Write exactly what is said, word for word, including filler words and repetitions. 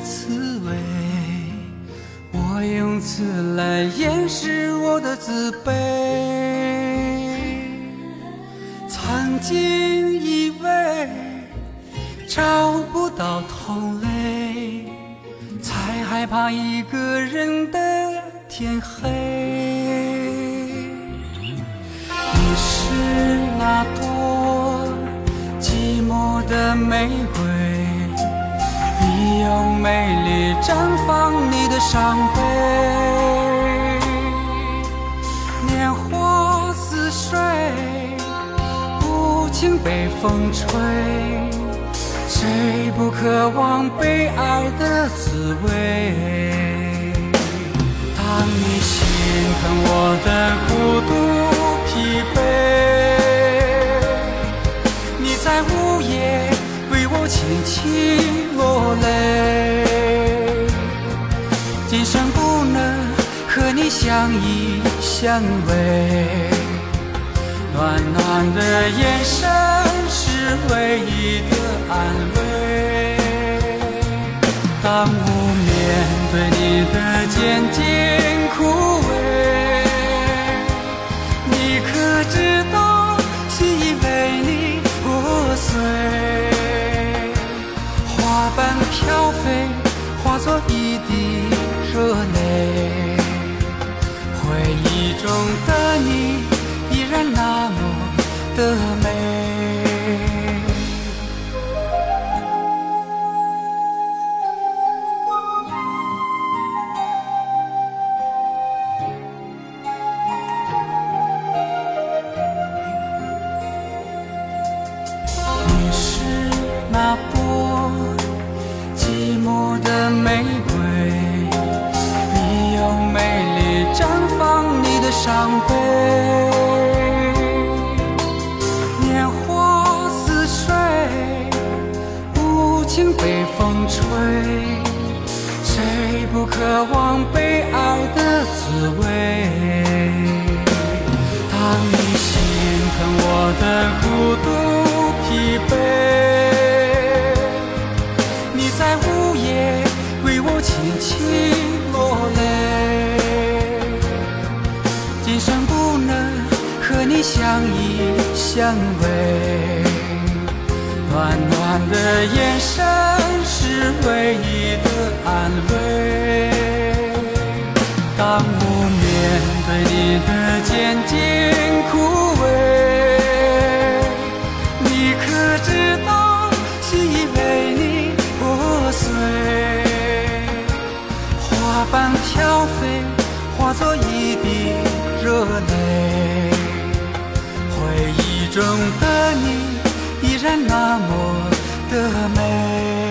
滋味，我用此来掩饰我的自卑。曾经以为找不到同类，才害怕一个人的天黑。你是那朵寂寞的玫瑰，你用美丽绽放你的伤悲。年华似水，无情被风吹，谁不渴望被爱的滋味？当你心疼我的孤独疲惫，你在午夜为我轻轻落泪。今生不能和你相依相偎，暖暖的眼神是唯一的安慰。当我面对你的渐渐枯萎，你可知道心已为你破碎，花瓣飘飞，化作一滴热泪。回忆中的你依然那么的美。你是那朵寂寞的玫瑰，你用美丽绽放你的伤悲。年华似水，无情被风吹，谁不渴望被爱的滋味？当你心疼我的孤独疲惫，你在午夜为我轻轻落泪。今生不能和你相依相偎，暖暖的眼神是唯一的安慰。当我面对你的渐渐枯萎，你可知道心已为你破碎，花瓣飘飞，化作一滴热泪。回忆中的你依然那么的美。